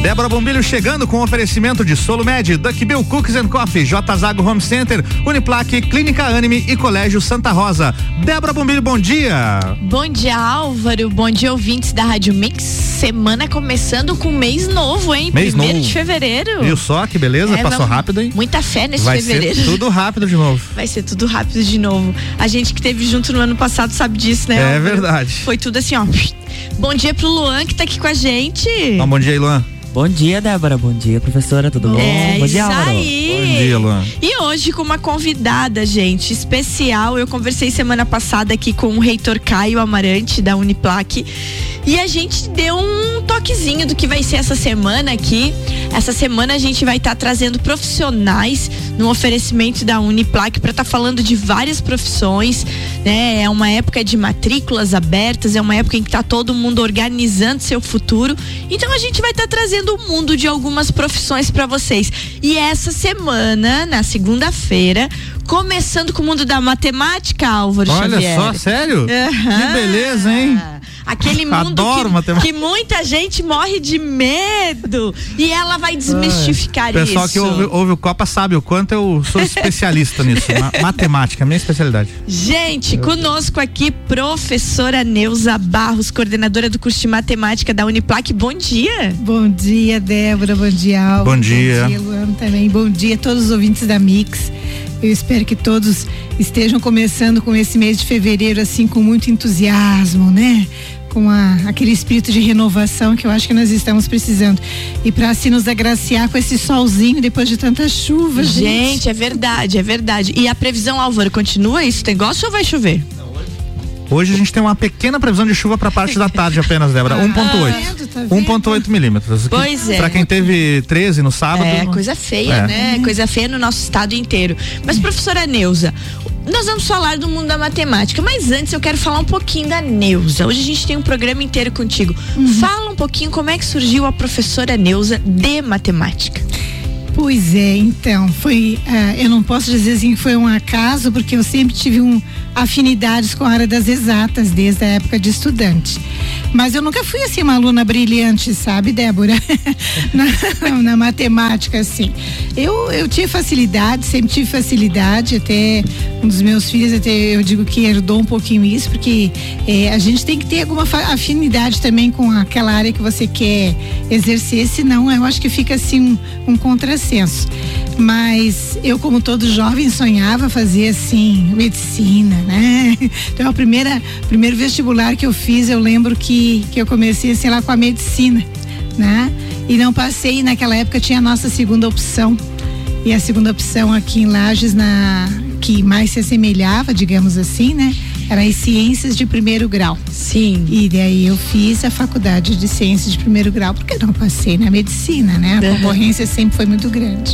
Débora Bombilho chegando com oferecimento de Solumed, Duck Bill Cookies and Coffee, J Zago Home Center, Uniplaque, Clínica Anime e Colégio Santa Rosa. Débora Bombilho, bom dia. Bom dia, Álvaro. Bom dia, ouvintes da Rádio Mix. Semana começando com mês novo, hein? Mês 1º novo. de fevereiro. Viu só que beleza? Passou rápido, hein? Muita fé nesse Vai fevereiro. Vai ser tudo rápido de novo. Vai ser tudo rápido de novo. A gente que teve junto no ano passado sabe disso, né, É Álvaro? verdade. Foi tudo assim, ó. Bom dia pro Luan, que tá aqui com a gente. Então, bom dia aí, Luan. Bom dia, Débora. Bom dia, professora. Tudo bom? Bom dia, isso Álvaro. aí. Bom dia, Luan. E hoje com uma convidada, gente, especial. Eu conversei semana passada aqui com o reitor Caio Amarante, da Uniplaque, e a gente deu um toquezinho do que vai ser essa semana aqui. Essa semana a gente vai estar trazendo profissionais no oferecimento da Uniplaque para estar falando de várias profissões, né? É uma época de matrículas abertas, é uma época em que tá todo mundo organizando seu futuro. Então a gente vai estar trazendo o mundo de algumas profissões para vocês. E essa semana, na segunda-feira, começando com o mundo da matemática, Álvaro Xavier. Olha só, sério? Que beleza, hein? Aquele mundo que muita gente morre de medo. E ela vai desmistificar isso. O pessoal que ouve o Copa sabe o quanto eu sou especialista nisso. Matemática, minha especialidade. Gente, conosco aqui, professora Neuza Barros, coordenadora do curso de matemática da Uniplaque. Bom dia. Bom dia, Débora. Bom dia, Álvaro. Bom dia. Bom dia, Luana também. Bom dia a todos os ouvintes da Mix. Eu espero que todos estejam começando com esse mês de fevereiro assim com muito entusiasmo, né? Com aquele espírito de renovação que eu acho que nós estamos precisando. E para assim nos agraciar com esse solzinho depois de tanta chuva, gente. É verdade, é verdade. E a previsão, Álvaro, continua esse negócio ou vai chover? Hoje a gente tem uma pequena previsão de chuva para a parte da tarde apenas, Débora. 1,8. Tá 1,8 milímetros. Pois é. Para quem teve 13 no sábado. É, coisa feia, né? Coisa feia no nosso estado inteiro. Mas, professora Neuza, nós vamos falar do mundo da matemática, mas antes eu quero falar um pouquinho da Neuza. Hoje a gente tem um programa inteiro contigo. Fala um pouquinho como é que surgiu a professora Neuza de matemática. Pois é, então, eu não posso dizer assim que foi um acaso, porque eu sempre tive afinidades com a área das exatas, desde a época de estudante. Mas eu nunca fui assim uma aluna brilhante, sabe, Débora? na matemática, assim. Eu tive facilidade, sempre tive facilidade, até um dos meus filhos, até eu digo que herdou um pouquinho isso, porque a gente tem que ter alguma afinidade também com aquela área que você quer exercer, senão eu acho que fica assim um contrassenso. Mas eu, como todo jovem, sonhava fazer assim medicina, né? Então o primeiro vestibular que eu fiz, eu lembro que eu comecei assim lá com a medicina, né? E não passei, naquela época tinha a nossa segunda opção, e a segunda opção aqui em Lages, que mais se assemelhava, digamos assim, né? Era as ciências de primeiro grau. Sim. E daí eu fiz a faculdade de ciências de primeiro grau, porque não passei na medicina, né? A concorrência sempre foi muito grande.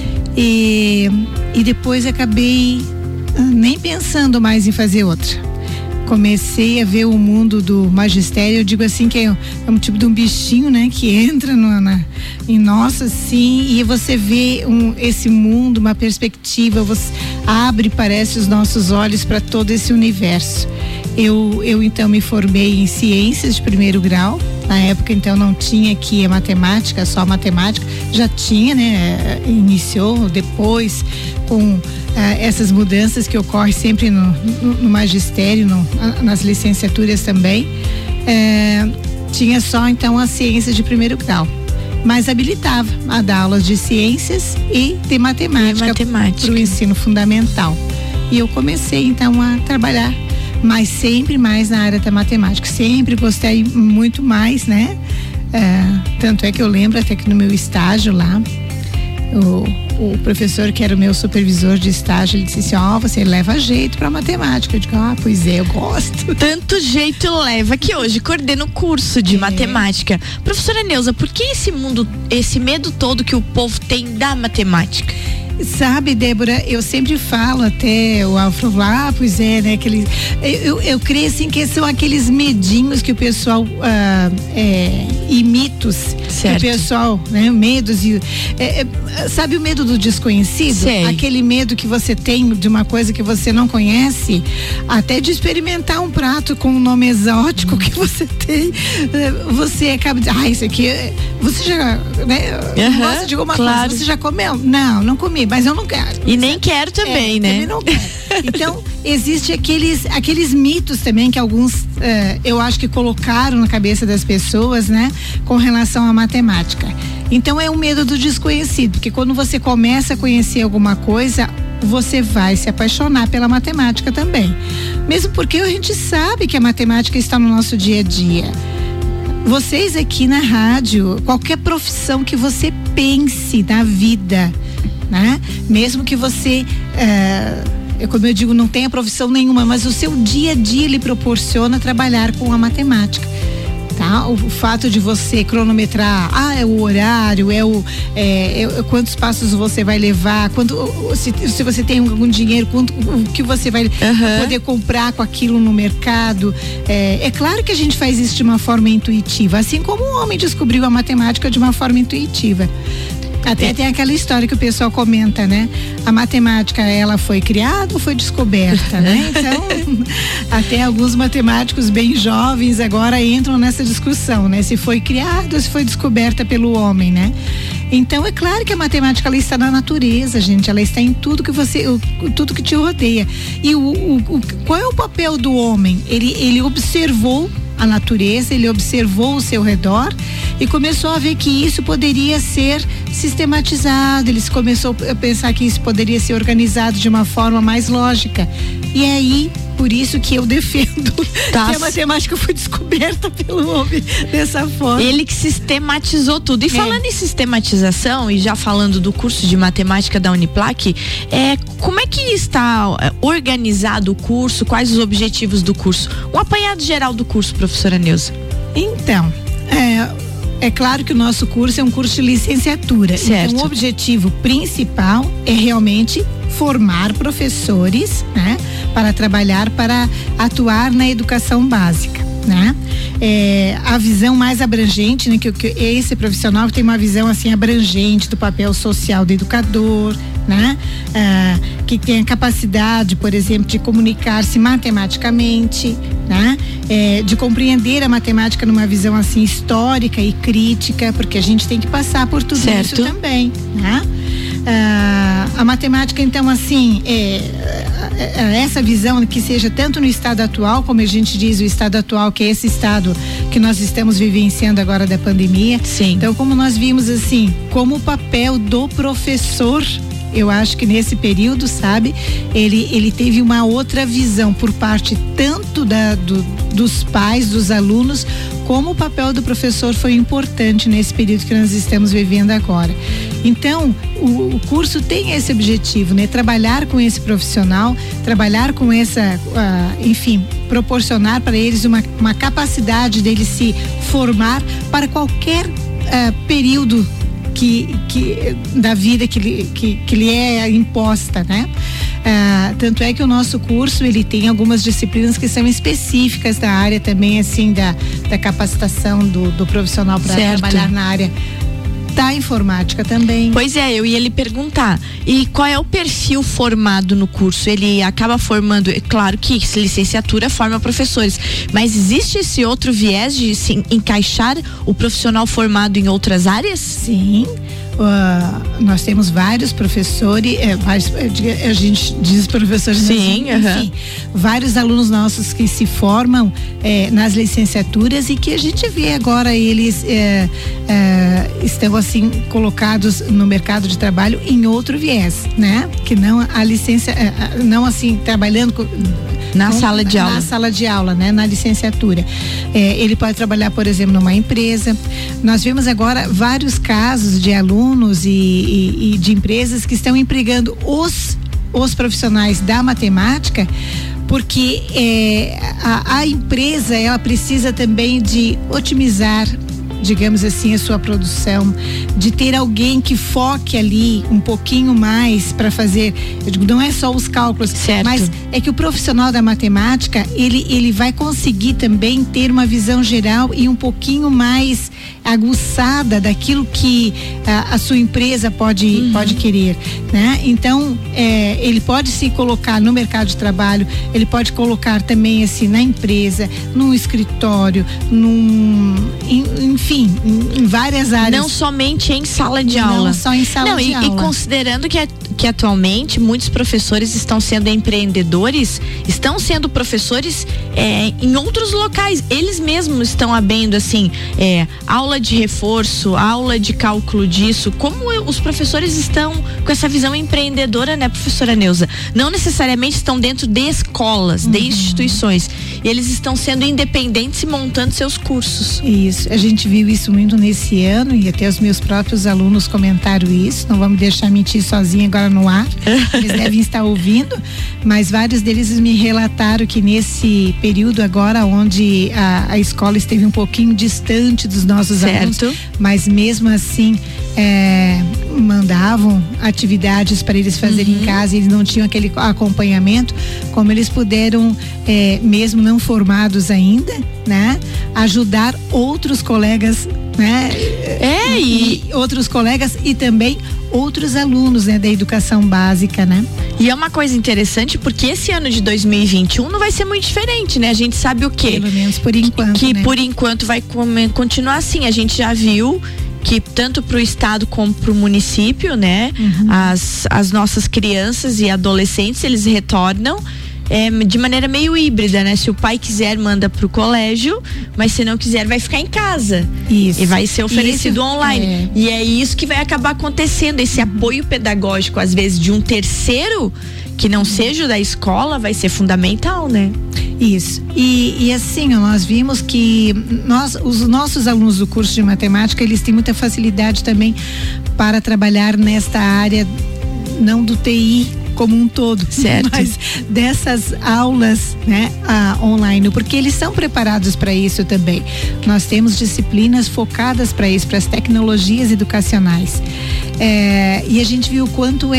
E depois acabei nem pensando mais em fazer outra. Comecei a ver o mundo do magistério, eu digo assim que é um tipo de um bichinho, né? Que entra em nós assim, e você vê esse mundo, uma perspectiva, você abre, parece, os nossos olhos para todo esse universo. Eu então me formei em ciências de primeiro grau. Na época, então, não tinha aqui a matemática, só a matemática. Já tinha, né? Iniciou depois com essas mudanças que ocorrem sempre no magistério, nas licenciaturas também. Tinha só, então, a ciência de primeiro grau. Mas habilitava a dar aulas de ciências e de matemática para o ensino fundamental. E eu comecei, então, a trabalhar, mas sempre mais na área da matemática. Sempre gostei muito mais, né? Tanto é que eu lembro até que no meu estágio lá, o professor que era o meu supervisor de estágio, ele disse assim, você leva jeito pra matemática. Eu digo, pois é, eu gosto. Tanto jeito leva que hoje coordena o curso de matemática. Professora Neuza, por que esse medo todo que o povo tem da matemática? Sabe, Débora, eu sempre falo, até o Alfredo lá, pois é, né? Eu creio assim que são aqueles medinhos que o pessoal e mitos Certo. O pessoal, né? Medos e sabe o medo do desconhecido? Sei. Aquele medo que você tem de uma coisa que você não conhece, até de experimentar um prato com um nome exótico que você tem, você acaba dizendo, isso aqui, você já, né? Gosta de alguma coisa, você já comeu? Não comi, mas eu não quero. E nem quero também, né? Também não quero. Então, existe aqueles mitos também que alguns, eu acho que colocaram na cabeça das pessoas, né? Com relação à matemática. Então, é o medo do desconhecido, porque quando você começa a conhecer alguma coisa, você vai se apaixonar pela matemática também. Mesmo porque a gente sabe que a matemática está no nosso dia a dia. Vocês aqui na rádio, qualquer profissão que você pense na vida, né? Mesmo que você, como eu digo, não tenha profissão nenhuma, mas o seu dia a dia lhe proporciona trabalhar com a matemática. Tá? O fato de você cronometrar, é o horário, quantos passos você vai levar, se você tem algum dinheiro, o que você vai poder comprar com aquilo no mercado. É claro que a gente faz isso de uma forma intuitiva, assim como o homem descobriu a matemática de uma forma intuitiva. Até tem aquela história que o pessoal comenta, né? A matemática, ela foi criada ou foi descoberta, né? Então, até alguns matemáticos bem jovens agora entram nessa discussão, né? Se foi criada ou se foi descoberta pelo homem, né? Então, é claro que a matemática, ela está na natureza, gente. Ela está em tudo tudo que te rodeia. E qual é o papel do homem? Ele observou a natureza, ele observou o seu redor e começou a ver que isso poderia ser sistematizado, ele começou a pensar que isso poderia ser organizado de uma forma mais lógica. E aí, por isso que eu defendo que a matemática foi descoberta pelo homem dessa forma. Ele que sistematizou tudo. E falando em sistematização, e já falando do curso de matemática da Uniplac, como é que está organizado o curso? Quais os objetivos do curso? Um apanhado geral do curso, professora Neuza. Então, é claro que o nosso curso é um curso de licenciatura. Certo. Então, o objetivo principal é realmente formar professores, né? Para trabalhar, para atuar na educação básica, né? A visão mais abrangente, né? Que esse profissional tem uma visão assim abrangente do papel social do educador, né? Que tem a capacidade, por exemplo, de comunicar-se matematicamente, né? De compreender a matemática numa visão assim histórica e crítica, porque a gente tem que passar por tudo isso também, né? A matemática, então, assim, essa visão que seja tanto no estado atual, como a gente diz, o estado atual, que é esse estado que nós estamos vivenciando agora da pandemia. Sim. Então, como nós vimos, assim, como o papel do professor, eu acho que nesse período, sabe, ele teve uma outra visão por parte tanto dos pais, dos alunos, como o papel do professor foi importante nesse período que nós estamos vivendo agora. Então, o curso tem esse objetivo, né? Trabalhar com esse profissional, trabalhar com essa, enfim, proporcionar para eles uma capacidade deles se formar para qualquer período da vida que lhe é imposta, né? Tanto é que o nosso curso, ele tem algumas disciplinas que são específicas da área também, assim, da capacitação do profissional para trabalhar na área da informática também. Pois é, eu ia lhe perguntar, e qual é o perfil formado no curso? Ele acaba formando, é claro que licenciatura forma professores, mas existe esse outro viés de se encaixar o profissional formado em outras áreas? Sim. Nós temos vários professores, a gente diz professores, sim, enfim, vários alunos nossos que se formam nas licenciaturas e que a gente vê agora eles estão assim colocados no mercado de trabalho em outro viés, né? Que não a licença, não assim trabalhando na sala de aula. Na sala de aula, né? Na licenciatura. Ele pode trabalhar, por exemplo, numa empresa. Nós vemos agora vários casos de alunos e de empresas que estão empregando os profissionais da matemática, porque a empresa, ela precisa também de otimizar, digamos assim, a sua produção, de ter alguém que foque ali um pouquinho mais para fazer, eu digo, não é só os cálculos, certo, mas é que o profissional da matemática, ele vai conseguir também ter uma visão geral e um pouquinho mais aguçada daquilo que a sua empresa pode querer, né? Então, ele pode se colocar no mercado de trabalho, ele pode colocar também assim na empresa, num escritório, enfim, em várias áreas. Não somente em sala de aula. Não só em sala de aula. E considerando que atualmente muitos professores estão sendo empreendedores, estão sendo professores em outros locais. Eles mesmos estão abrindo assim, aula de reforço, aula de cálculo disso. Como os professores estão com essa visão empreendedora, né, professora Neuza? Não necessariamente estão dentro de escolas, de instituições. Eles estão sendo independentes e montando seus cursos. Isso, a gente viu isso muito nesse ano e até os meus próprios alunos comentaram isso. Não vamos deixar mentir sozinha agora no ar. Eles devem estar ouvindo, mas vários deles me relataram que nesse período agora onde a escola esteve um pouquinho distante dos nossos alunos, mas mesmo assim mandavam atividades para eles fazerem em casa, e eles não tinham aquele acompanhamento, como eles puderam, mesmo não formados ainda, né, ajudar outros colegas, né, e outros colegas e também outros alunos, né, da educação básica, né? E é uma coisa interessante porque esse ano de 2021 não vai ser muito diferente, né? A gente sabe o quê? Pelo menos por enquanto, que né? Por enquanto vai continuar assim. A gente já viu que tanto para o estado como para o município, né? As nossas crianças e adolescentes, eles retornam de maneira meio híbrida, né? Se o pai quiser, manda pro colégio, mas se não quiser, vai ficar em casa. Isso. E vai ser oferecido online. E é isso que vai acabar acontecendo. Esse apoio pedagógico, às vezes, de um terceiro que não seja o da escola, vai ser fundamental, né? Isso. E assim, nós vimos que os nossos alunos do curso de matemática, eles têm muita facilidade também para trabalhar nesta área, não do TI como um todo, certo, mas dessas aulas, né, online, porque eles são preparados para isso também. Nós temos disciplinas focadas para isso, para as tecnologias educacionais. E a gente viu o quanto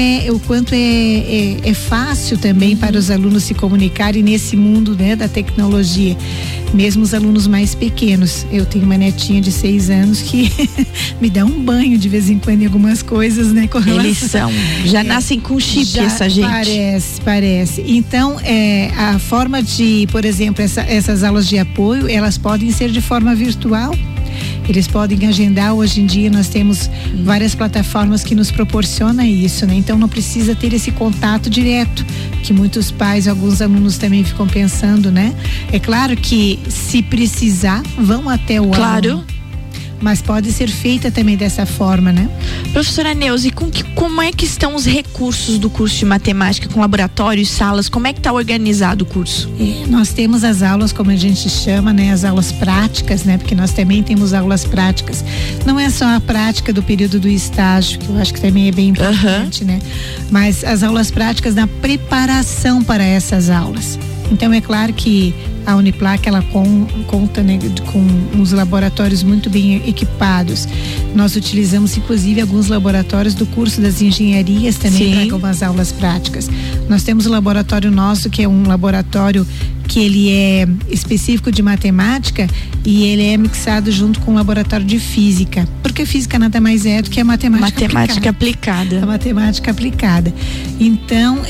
é fácil também para os alunos se comunicarem nesse mundo, né, da tecnologia. Mesmo os alunos mais pequenos. Eu tenho uma netinha de 6 anos que me dá um banho de vez em quando em algumas coisas, né? Eles já nascem com chip, essa gente. Parece. Então, a forma de, por exemplo, essas aulas de apoio, elas podem ser de forma virtual. Eles podem agendar. Hoje em dia nós temos várias plataformas que nos proporcionam isso, né? Então não precisa ter esse contato direto, que muitos pais, alguns alunos também ficam pensando, né? É claro que se precisar, vão até o aluno. Mas pode ser feita também dessa forma, né? Professora Neuza, e como é que estão os recursos do curso de matemática, com laboratórios, salas, como é que está organizado o curso? Nós temos as aulas, como a gente chama, né? As aulas práticas, né? Porque nós também temos aulas práticas. Não é só a prática do período do estágio, que eu acho que também é bem importante, né? Mas as aulas práticas na preparação para essas aulas. Então é claro que a Uniplac, ela conta, né, com uns laboratórios muito bem equipados. Nós utilizamos inclusive alguns laboratórios do curso das engenharias também para algumas aulas práticas. Nós temos o laboratório nosso, que é um laboratório que ele é específico de matemática e ele é mixado junto com o laboratório de física, porque física nada mais é do que a matemática aplicada. A matemática aplicada. Então,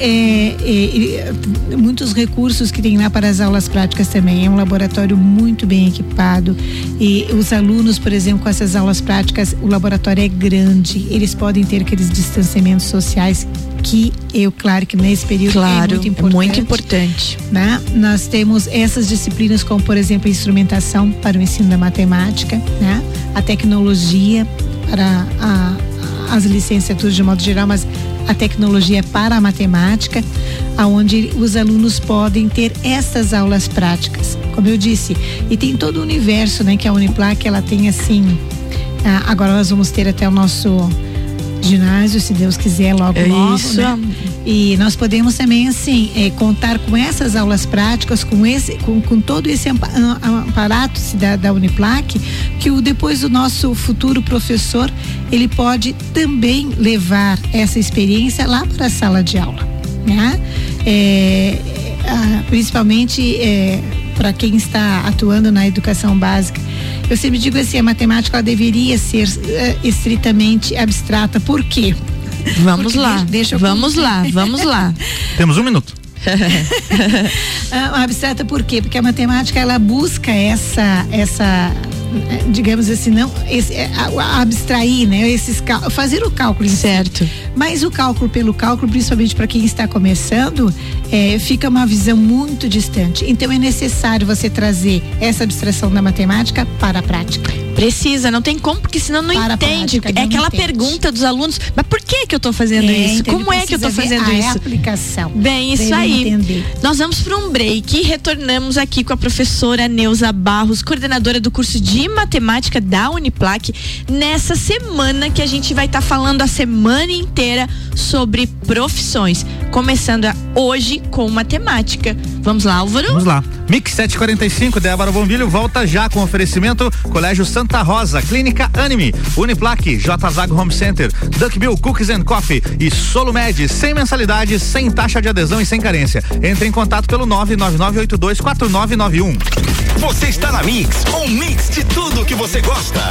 muitos recursos que tem lá para as aulas práticas também. É um laboratório muito bem equipado e os alunos, por exemplo, com essas aulas práticas, o laboratório é grande, eles podem ter aqueles distanciamentos sociais que claro que nesse período é muito importante. Né? Nós temos essas disciplinas como, por exemplo, a instrumentação para o ensino da matemática, né? A tecnologia para as licenciaturas de modo geral, mas a tecnologia para a matemática, aonde os alunos podem ter essas aulas práticas, como eu disse, e tem todo o universo, né, que a Uniplac, ela tem assim, agora nós vamos ter até o nosso ginásio, se Deus quiser, logo, isso, né? E nós podemos também, assim, contar com essas aulas práticas, com todo esse aparato da Uniplac, que depois o nosso futuro professor, ele pode também levar essa experiência lá para a sala de aula, né? Principalmente para quem está atuando na educação básica. Eu sempre digo assim, a matemática ela deveria ser estritamente abstrata. Por quê? Vamos lá. Vamos lá. Temos 1 minuto. Abstrata por quê? Porque a matemática ela busca essa digamos assim, não abstrair, né? Fazer o cálculo certo. Mas o cálculo pelo cálculo, principalmente para quem está começando, fica uma visão muito distante. Então é necessário você trazer essa abstração da matemática para a prática. Precisa, não tem como, porque senão não entende. É aquela pergunta dos alunos, mas por que eu tô fazendo isso? Então como é que eu tô fazendo isso? A aplicação. Bem, isso aí. Entender. Nós vamos para um break e retornamos aqui com a professora Neuza Barros, coordenadora do curso de matemática da Uniplac, nessa semana que a gente vai estar falando a semana inteira sobre profissões, começando hoje com matemática. Vamos lá, Álvaro? Vamos lá. Mix 745, Débora Bombilho volta já com oferecimento Colégio Santa Rosa, Clínica Anime, Uniplac, J. Zago Home Center, Duckbill Cookies and Coffee e Solumed, sem mensalidade, sem taxa de adesão e sem carência. Entre em contato pelo 999824991. Você está na Mix, um mix de tudo que você gosta.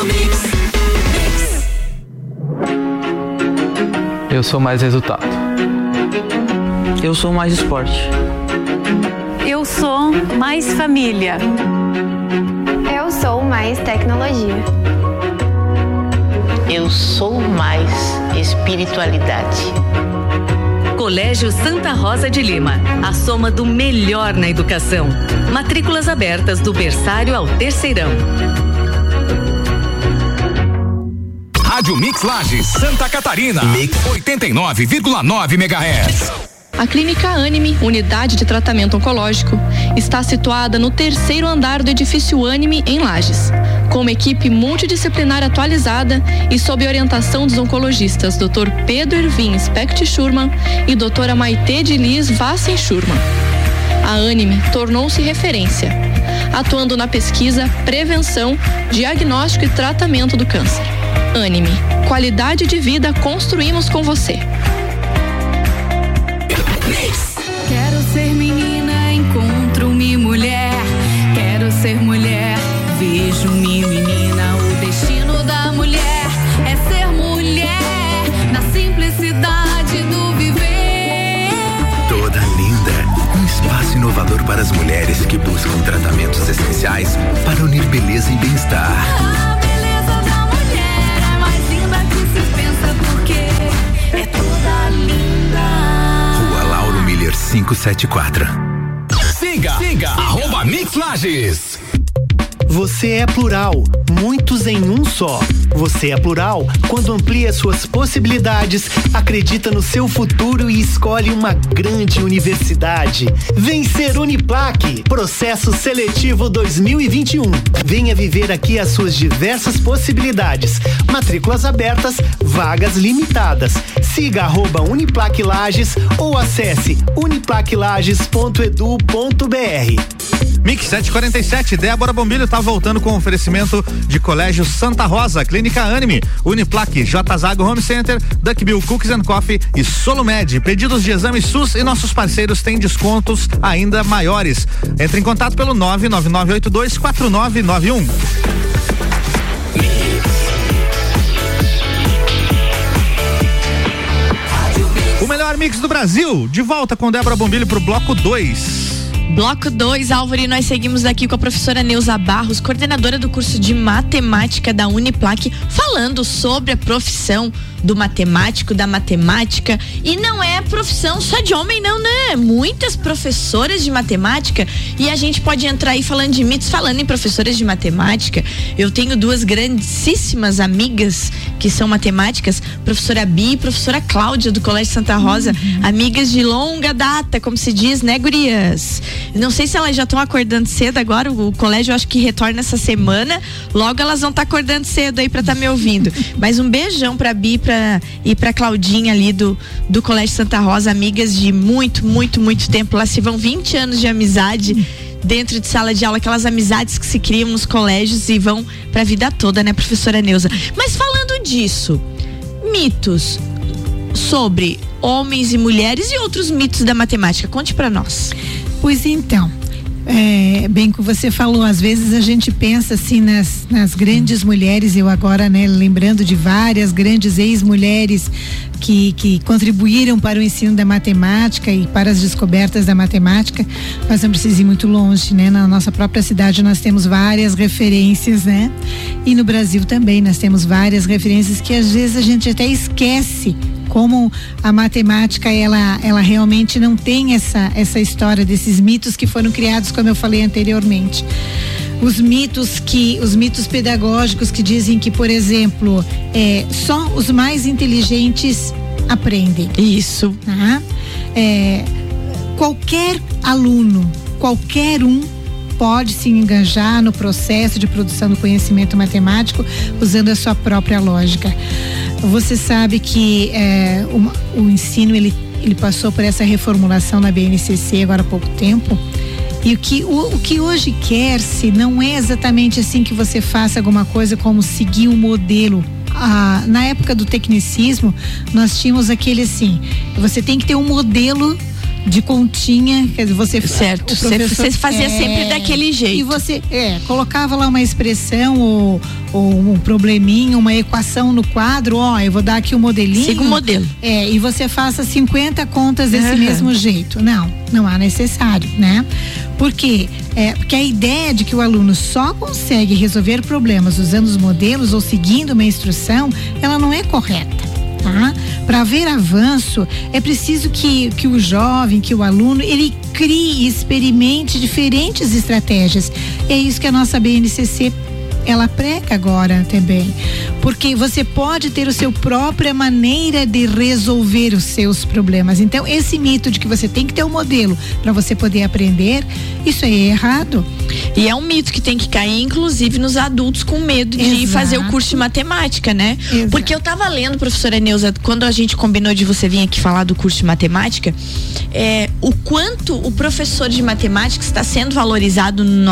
Eu sou mais resultado. Eu sou mais esporte. Eu sou mais família. Eu sou mais tecnologia. Eu sou mais espiritualidade. Colégio Santa Rosa de Lima, a soma do melhor na educação. Matrículas abertas do berçário ao terceirão. Rádio Mix Lages, Santa Catarina, Mix 89,9 MHz. A Clínica Anime, unidade de tratamento oncológico, está situada no 3º andar do edifício Anime, em Lages, com uma equipe multidisciplinar atualizada e sob orientação dos oncologistas Dr. Pedro Ervin Specht Schurman e Dra. Maite de Liz Vassen Schurman. A Anime tornou-se referência, atuando na pesquisa, prevenção, diagnóstico e tratamento do câncer. Anime, qualidade de vida construímos com você. Quero ser menina, encontro-me mulher. Quero ser mulher, vejo-me menina. O destino da mulher é ser mulher, na simplicidade do viver. Toda linda, um espaço inovador para as mulheres que buscam tratamentos essenciais para unir beleza e bem-estar. A beleza da mulher é mais linda que se pensa, porque é toda linda. 574. Siga @Mix Lages. Você é plural, muitos em um só. Você é plural quando amplia suas possibilidades, acredita no seu futuro e escolhe uma grande universidade. Vem ser Uniplac, processo seletivo 2021. Venha viver aqui as suas diversas possibilidades. Matrículas abertas, vagas limitadas. Siga @Uniplac Lages ou acesse uniplaclages.edu.br. Mix 747, Débora Bombilho tá voltando com oferecimento de Colégio Santa Rosa, Clínica Anime, Uniplac, J. Zago Home Center, Duckbill Cookies and Coffee e Solumed. Pedidos de exame SUS e nossos parceiros têm descontos ainda maiores. Entre em contato pelo 999824991. O melhor mix do Brasil, de volta com Débora Bombilho pro bloco 2. Bloco 2, Álvaro, e nós seguimos aqui com a professora Neuza Barros, coordenadora do curso de matemática da Uniplac, falando sobre a profissão do matemático, da matemática. E não é profissão só de homem, não, né? Muitas professoras de matemática, e a gente pode entrar aí falando de mitos, falando em professoras de matemática. Eu tenho duas grandíssimas amigas que são matemáticas, professora Bi e professora Cláudia, do Colégio Santa Rosa, amigas de longa data, como se diz, né, gurias? Não sei se elas já estão acordando cedo agora, o colégio eu acho que retorna essa semana, logo elas vão estar acordando cedo aí pra estar me ouvindo. Mas um beijão pra Bi e pra Claudinha ali do Colégio Santa Rosa, amigas de muito tempo, lá se vão 20 anos de amizade dentro de sala de aula, aquelas amizades que se criam nos colégios e vão pra vida toda, né, professora Neuza? Mas falando disso, mitos sobre homens e mulheres e outros mitos da matemática, conte pra nós. Pois então, Bem que você falou, às vezes a gente pensa assim nas grandes mulheres, eu agora, né, lembrando de várias grandes ex-mulheres que contribuíram para o ensino da matemática e para as descobertas da matemática, mas não precisa ir muito longe, né? Na nossa própria cidade nós temos várias referências, né? E no Brasil também nós temos várias referências que às vezes a gente até esquece como a matemática ela realmente não tem essa história desses mitos que foram criados, como eu falei anteriormente. Os mitos pedagógicos que dizem que, por exemplo, só os mais inteligentes aprendem. Isso. Tá? Qualquer aluno, qualquer um pode se engajar no processo de produção do conhecimento matemático usando a sua própria lógica. Você sabe que o ensino ele passou por essa reformulação na BNCC agora há pouco tempo. E o que hoje quer-se não é exatamente assim que você faça alguma coisa como seguir um modelo. Na época do tecnicismo, nós tínhamos aquele assim, você tem que ter um modelo de continha, quer dizer, você certo, você fazia sempre daquele jeito. E você colocava lá uma expressão ou um probleminha, uma equação no quadro, eu vou dar aqui um modelinho. Siga o modelo. E você faça 50 contas desse mesmo jeito. Não há necessário, né? Por quê? Porque a ideia de que o aluno só consegue resolver problemas usando os modelos ou seguindo uma instrução, ela não é correta. Tá? Para haver avanço, é preciso que o jovem, que o aluno, ele crie e experimente diferentes estratégias. E é isso que a nossa BNCC ela prega agora também, porque você pode ter a sua própria maneira de resolver os seus problemas. Então, esse mito de que você tem que ter um modelo para você poder aprender, isso é errado. E é um mito que tem que cair, inclusive, nos adultos com medo de fazer o curso de matemática, né? Exato. Porque eu tava lendo, professora Neuza, quando a gente combinou de você vir aqui falar do curso de matemática, o quanto o professor de matemática está sendo valorizado no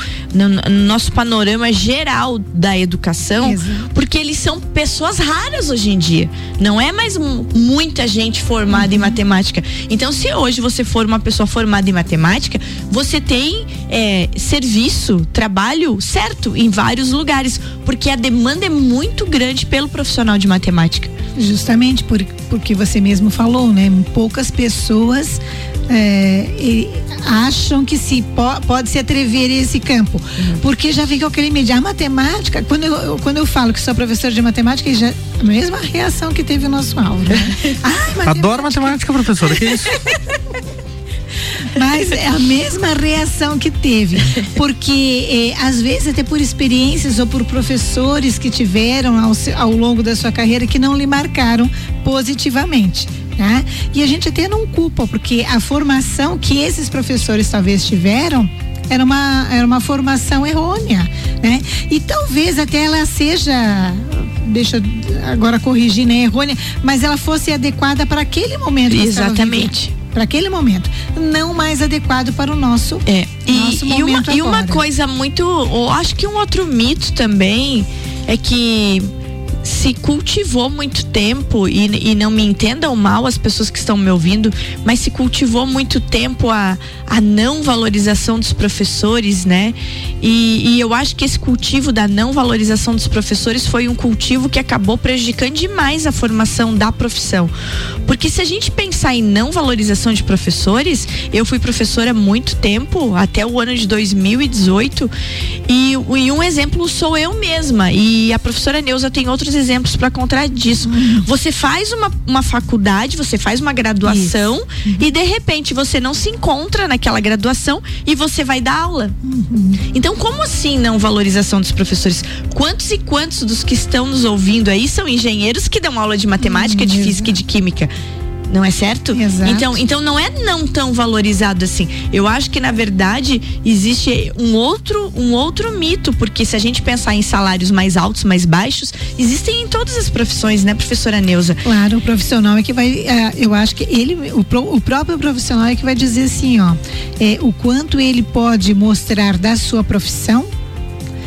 nosso panorama geral da educação. Exato. Porque eles são pessoas raras hoje em dia. Não é mais muita gente formada em matemática. Então, se hoje você for uma pessoa formada em matemática, você tem serviço, trabalho certo em vários lugares, porque a demanda é muito grande pelo profissional de matemática. Justamente porque você mesmo falou, né? Poucas pessoas acham que pode se atrever a esse campo, porque já vem com aquele medo. A matemática, quando eu falo que sou professora de matemática, já a mesma reação que teve o nosso aula, né? Adoro matemática, professora, que isso? Mas é a mesma reação que teve, porque às vezes até por experiências ou por professores que tiveram ao longo da sua carreira que não lhe marcaram positivamente, né? E a gente até não culpa, porque a formação que esses professores talvez tiveram era uma formação errônea, né? E talvez até ela seja, deixa eu agora corrigir, né, errônea, mas ela fosse adequada para aquele momento. Exatamente. Para aquele momento, não mais adequado para o nosso momento. E uma coisa muito, eu acho que um outro mito também é que se cultivou muito tempo, e não me entendam mal as pessoas que estão me ouvindo, mas se cultivou muito tempo a não valorização dos professores, né? E eu acho que esse cultivo da não valorização dos professores foi um cultivo que acabou prejudicando demais a formação da profissão. Porque se a gente pensar em não valorização de professores, eu fui professora há muito tempo, até o ano de 2018, e um exemplo sou eu mesma, e a professora Neuza tem outros exemplos para contradizer isso. Você faz uma faculdade, você faz uma graduação e de repente você não se encontra naquela graduação e você vai dar aula. Então, como assim não valorização dos professores? Quantos e quantos dos que estão nos ouvindo aí são engenheiros que dão aula de matemática, de física e de química? Não é certo? Exato. Então não é não tão valorizado assim. Eu acho que na verdade existe um outro mito, porque se a gente pensar em salários mais altos, mais baixos, existem em todas as profissões, né, professora Neuza? Claro, o profissional é que vai, eu acho que o próprio profissional é que vai dizer assim, o quanto ele pode mostrar da sua profissão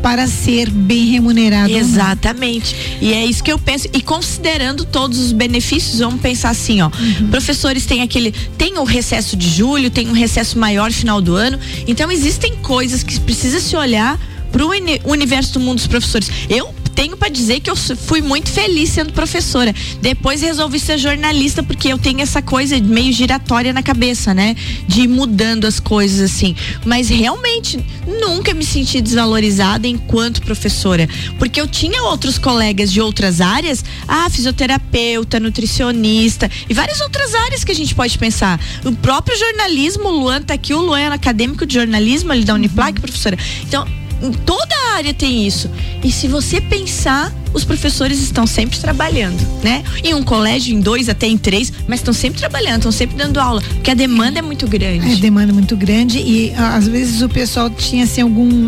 para ser bem remunerado. Exatamente. E é isso que eu penso. E considerando todos os benefícios, vamos pensar assim, ó. Professores tem o recesso de julho, tem um recesso maior no final do ano. Então existem coisas que precisa se olhar pro universo do mundo dos professores. Eu tenho para dizer que eu fui muito feliz sendo professora. Depois resolvi ser jornalista porque eu tenho essa coisa meio giratória na cabeça, né? De ir mudando as coisas assim. Mas realmente nunca me senti desvalorizada enquanto professora, porque eu tinha outros colegas de outras áreas, fisioterapeuta, nutricionista e várias outras áreas que a gente pode pensar. O próprio jornalismo, o Luan tá aqui, o Luan é acadêmico de jornalismo ali da Uniplac, professora. Então, em toda a área tem isso. E se você pensar, os professores estão sempre trabalhando, né? Em um colégio, em 2, até em 3, mas estão sempre trabalhando, estão sempre dando aula, porque a demanda é muito grande. A demanda é muito grande e às vezes o pessoal tinha assim algum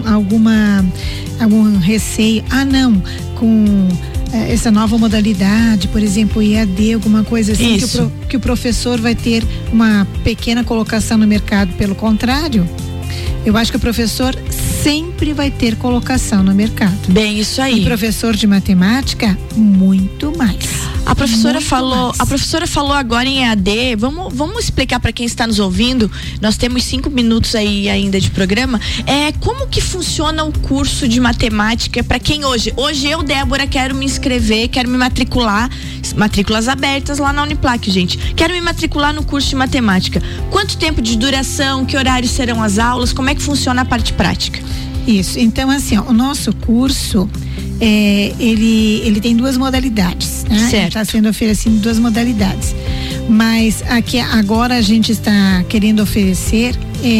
receio. Não, com essa nova modalidade, por exemplo, IAD, alguma coisa assim, que o professor vai ter uma pequena colocação no mercado. Pelo contrário, eu acho que o professor sempre vai ter colocação no mercado. Bem, isso aí. E professor de matemática, muito mais. A professora falou agora em EAD. Vamos explicar para quem está nos ouvindo. Nós temos 5 minutos aí ainda de programa. Como que funciona o curso de matemática para quem hoje eu, Débora, quero me inscrever, quero me matricular, matrículas abertas lá na Uniplac, gente. Quero me matricular no curso de matemática. Quanto tempo de duração? Que horários serão as aulas? Como é que funciona a parte prática? Isso. Então, assim, o nosso curso ele tem 2 modalidades, né? Certo. Está sendo oferecido 2 modalidades, mas aqui agora a gente está querendo oferecer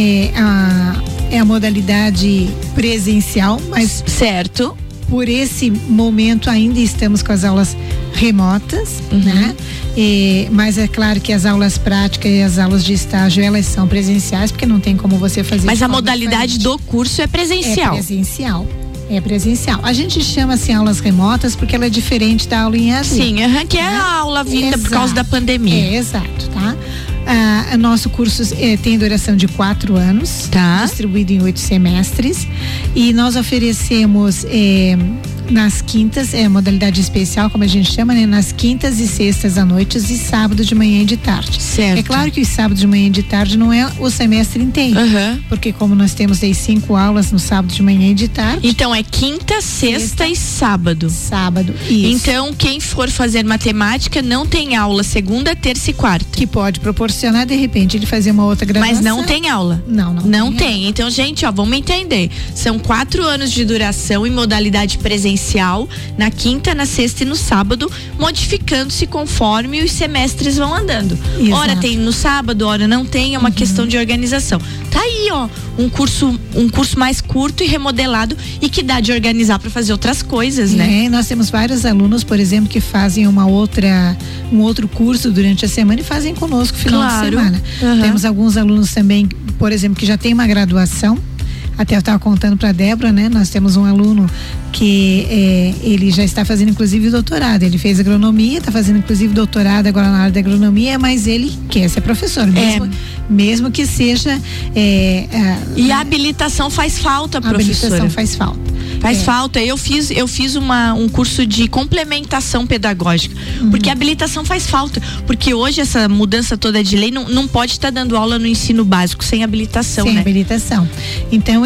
a modalidade presencial, mas certo. Por esse momento ainda estamos com as aulas remotas, né? Mas é claro que as aulas práticas e as aulas de estágio, elas são presenciais, porque não tem como você fazer. Mas a modalidade do curso é presencial. É presencial. A gente chama assim aulas remotas porque ela é diferente da aula em EAD. Sim, que é a aula vinda por causa da pandemia. Exato, tá? Nosso curso tem duração de 4 anos, distribuído em 8 semestres, e nós oferecemos nas quintas, modalidade especial, como a gente chama, né? Nas quintas e sextas à noite e sábado de manhã e de tarde. Certo. É claro que os sábados de manhã e de tarde não é o semestre inteiro, porque como nós temos aí 5 aulas no sábado de manhã e de tarde. Então é quinta, sexta e sábado. Isso. Então quem for fazer matemática não tem aula segunda, terça e quarta. Que pode proporcionar de repente ele fazer uma outra graduação. Mas não tem aula. Não tem. Então, gente, vamos entender. São 4 anos de duração em modalidade presencial, na quinta, na sexta e no sábado, modificando-se conforme os semestres vão andando. Exato. Ora tem no sábado, ora não tem, é uma questão de organização. Tá aí, um curso mais curto e remodelado e que dá de organizar para fazer outras coisas, né? Nós temos vários alunos, por exemplo, que fazem um outro curso durante a semana e fazem conosco no final de semana. Temos alguns alunos também, por exemplo, que já tem uma graduação. Até eu estava contando para a Débora, né? Nós temos um aluno que ele já está fazendo inclusive doutorado. Ele fez agronomia, está fazendo inclusive doutorado agora na área da agronomia, mas ele quer ser professor, mesmo que seja. E a habilitação faz falta, professora. A habilitação faz falta. Faz falta. Eu fiz um curso de complementação pedagógica, porque a habilitação faz falta, porque hoje essa mudança toda de lei não pode estar dando aula no ensino básico sem habilitação, sem habilitação. Então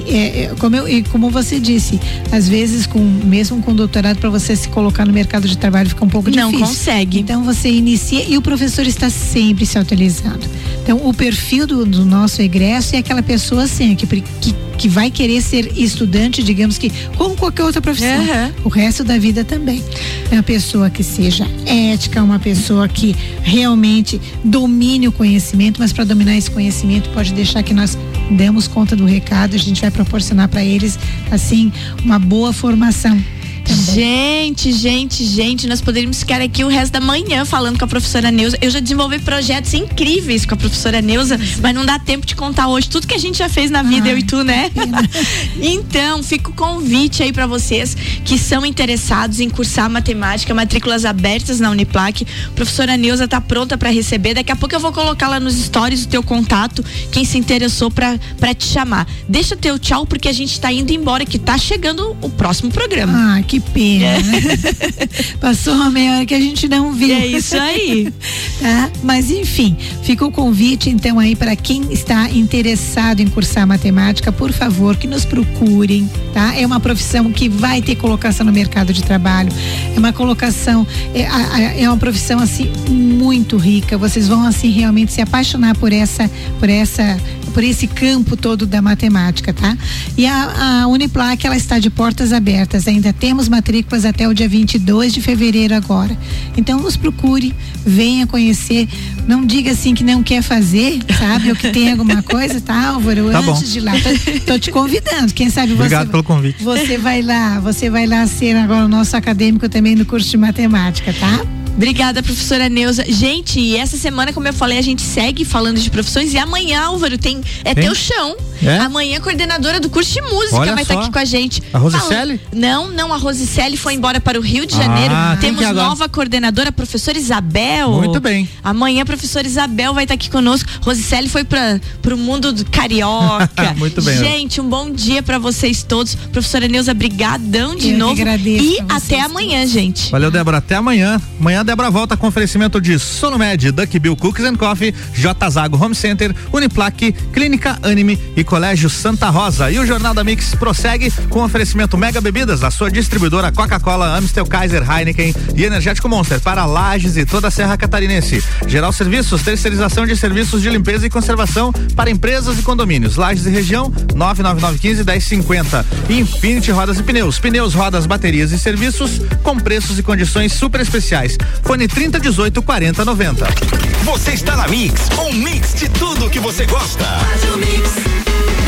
como você disse, às vezes mesmo com doutorado, para você se colocar no mercado de trabalho fica um pouco difícil. Não consegue. Então você inicia e o professor está sempre se atualizando. Então o perfil do nosso egresso é aquela pessoa assim que vai querer ser estudante, digamos que como qualquer outra profissão, o resto da vida também. É uma pessoa que seja ética, uma pessoa que realmente domine o conhecimento, mas para dominar esse conhecimento pode deixar que nós demos conta do recado, a gente vai proporcionar para eles assim uma boa formação. também. Gente, nós poderíamos ficar aqui o resto da manhã falando com a professora Neuza. Eu já desenvolvi projetos incríveis com a professora Neuza, mas não dá tempo de contar hoje tudo que a gente já fez na vida, eu e tu, né? Então, fica o convite aí pra vocês que são interessados em cursar matemática, matrículas abertas na Uniplac. Professora Neuza tá pronta pra receber. Daqui a pouco eu vou colocar lá nos stories o teu contato, quem se interessou pra te chamar. Deixa o teu tchau, porque a gente tá indo embora, que tá chegando o próximo programa. Ah, que pena. Passou uma meia hora que a gente não viu. É isso aí. Tá? Mas enfim, fica o convite então aí para quem está interessado em cursar matemática, por favor, que nos procurem, tá? É uma profissão que vai ter colocação no mercado de trabalho. É uma colocação, é uma profissão assim muito rica. Vocês vão assim realmente se apaixonar por esse campo todo da matemática, tá? E a Uniplac, ela está de portas abertas. Ainda temos matrículas até o dia 22 de fevereiro agora. Então nos procure, venha conhecer. Não diga assim que não quer fazer, sabe? Ou que tem alguma coisa, tá, Álvaro? Tá Antes bom. de ir lá. Tô te convidando. Quem sabe Obrigado pelo convite. Você vai lá ser agora o nosso acadêmico também no curso de matemática, tá? Obrigada, professora Neuza. Gente, e essa semana, como eu falei, a gente segue falando de profissões, e amanhã, Álvaro, teu chão. É? Amanhã, a coordenadora do curso de música Olha vai estar aqui com a gente. A Rosicele? Não, a Rosicele foi embora para o Rio de Janeiro. Temos nova coordenadora, a professora Isabel. Muito bem. Amanhã a professora Isabel vai estar aqui conosco. Rosicele foi pro mundo do carioca. Muito bem. Gente, um bom dia para vocês todos. Professora Neuza, brigadão de novo. Agradeço e até amanhã, gente. Valeu, Débora. Até amanhã. Amanhã a Débora volta com oferecimento de Solomed, Duckbill Cookies and Coffee, J Zago Home Center, Uniplac, Clínica Anime e Colégio Santa Rosa. E o Jornal da Mix prossegue com oferecimento Mega Bebidas, a sua distribuidora Coca-Cola, Amstel, Kaiser, Heineken e Energético Monster para Lages e toda a Serra Catarinense. Geral Serviços, terceirização de serviços de limpeza e conservação para empresas e condomínios. Lages e região, 99915-1050. Infinity Rodas e Pneus, rodas, baterias e serviços com preços e condições super especiais. Fone 3018-4090. Você está na Mix, um mix de tudo que você gosta. Faz o mix.